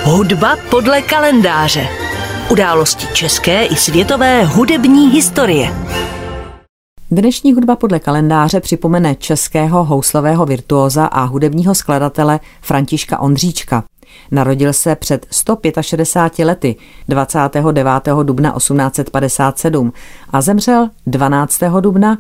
Hudba podle kalendáře. Události české i světové hudební historie. Dnešní hudba podle kalendáře připomene českého houslového virtuóza a hudebního skladatele Františka Ondříčka. Narodil se před 165 lety 29. dubna 1857 a zemřel 12. dubna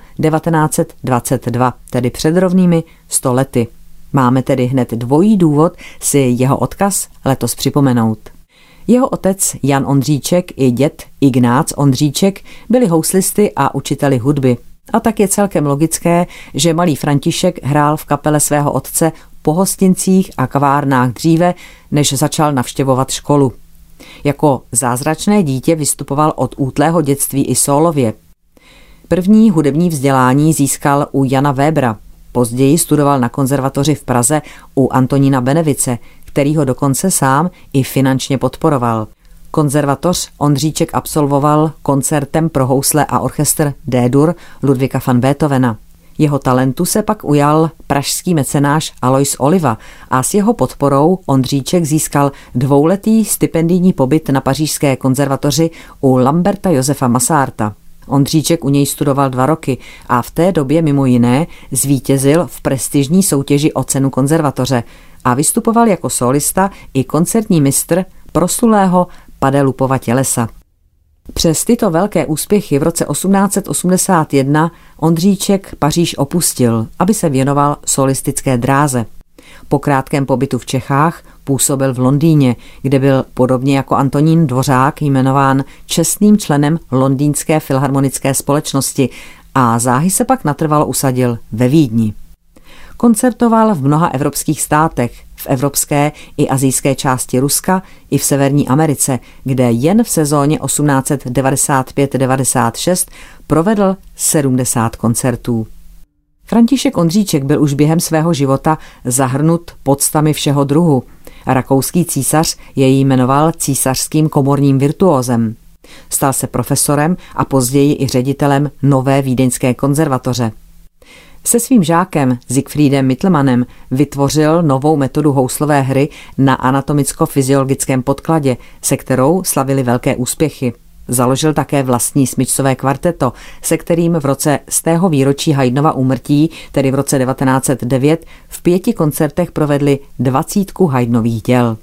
1922, tedy před rovnými 100 lety. Máme tedy hned dvojí důvod si jeho odkaz letos připomenout. Jeho otec Jan Ondříček i děd Ignác Ondříček byli houslisty a učiteli hudby. A tak je celkem logické, že malý František hrál v kapele svého otce po hostincích a kavárnách dříve, než začal navštěvovat školu. Jako zázračné dítě vystupoval od útlého dětství i sólově. První hudební vzdělání získal u Jana Webera. Později studoval na konzervatoři v Praze u Antonína Benevice, který ho dokonce sám i finančně podporoval. Konzervatoř Ondříček absolvoval koncertem pro housle a orchestr D-dur Ludvíka van Beethovena. Jeho talentu se pak ujal pražský mecenáš Alois Oliva a s jeho podporou Ondříček získal dvouletý stipendijní pobyt na pařížské konzervatoři u Lamberta Josefa Massarta. Ondříček u něj studoval 2 roky a v té době mimo jiné zvítězil v prestižní soutěži o cenu konzervatoře a vystupoval jako solista i koncertní mistr proslulého Padelupova tělesa. Přes tyto velké úspěchy v roce 1881 Ondříček Paříž opustil, aby se věnoval solistické dráze. Po krátkém pobytu v Čechách působil v Londýně, kde byl podobně jako Antonín Dvořák jmenován čestným členem Londýnské filharmonické společnosti a záhy se pak natrvalo usadil ve Vídni. Koncertoval v mnoha evropských státech, v evropské i asijské části Ruska i v Severní Americe, kde jen v sezóně 1895-96 provedl 70 koncertů. František Ondříček byl už během svého života zahrnut poctami všeho druhu. Rakouský císař jej jmenoval císařským komorním virtuózem. Stal se profesorem a později i ředitelem nové vídeňské konzervatoře. Se svým žákem Siegfriedem Mittelmannem vytvořil novou metodu houslové hry na anatomicko-fyziologickém podkladě, se kterou slavili velké úspěchy. Založil také vlastní smyčcové kvarteto, se kterým v roce 100. výročí Haydnova úmrtí, tedy v roce 1909, v 5 koncertech provedli 20 Haydnových děl.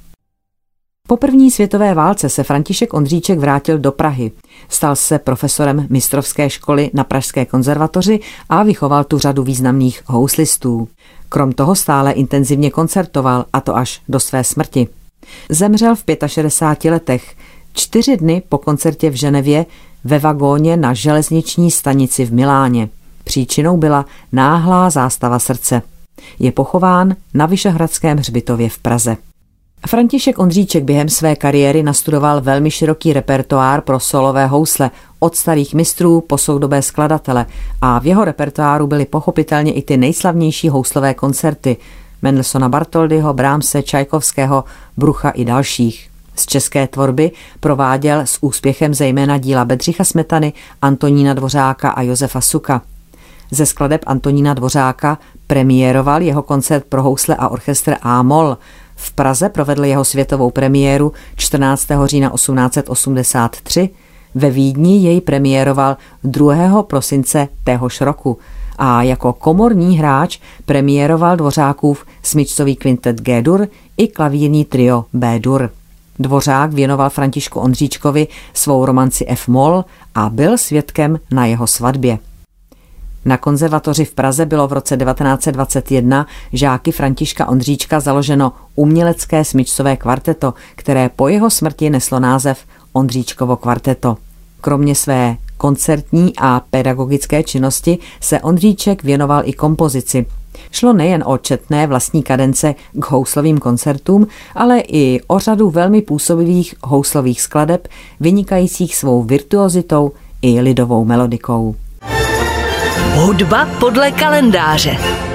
Po první světové válce se František Ondříček vrátil do Prahy. Stal se profesorem mistrovské školy na Pražské konzervatoři a vychoval tu řadu významných houslistů. Krom toho stále intenzivně koncertoval, a to až do své smrti. Zemřel v 65 letech, 4 dny po koncertě v Ženevě ve vagóně na železniční stanici v Miláně. Příčinou byla náhlá zástava srdce. Je pochován na Vyšehradském hřbitově v Praze. František Ondříček během své kariéry nastudoval velmi široký repertoár pro solové housle, od starých mistrů po soudobé skladatele, a v jeho repertoáru byly pochopitelně i ty nejslavnější houslové koncerty Mendelssohna Bartholdyho, Brahmse, Čajkovského, Brucha i dalších. Z české tvorby prováděl s úspěchem zejména díla Bedřicha Smetany, Antonína Dvořáka a Josefa Suka. Ze skladeb Antonína Dvořáka premiéroval jeho koncert pro housle a orchestr A-moll. V Praze provedl jeho světovou premiéru 14. října 1883, ve Vídni jej premiéroval 2. prosince téhož roku a jako komorní hráč premiéroval Dvořákův smyčcový kvintet G-dur i klavírní trio B-dur. Dvořák věnoval Františku Ondříčkovi svou romanci F-moll a byl svědkem na jeho svatbě. Na konzervatoři v Praze bylo v roce 1921 žáky Františka Ondříčka založeno umělecké smyčcové kvarteto, které po jeho smrti neslo název Ondříčkovo kvarteto. Kromě své koncertní a pedagogické činnosti se Ondříček věnoval i kompozici. Šlo nejen o četné vlastní kadence k houslovým koncertům, ale i o řadu velmi působivých houslových skladeb, vynikajících svou virtuozitou i lidovou melodikou. Hudba podle kalendáře.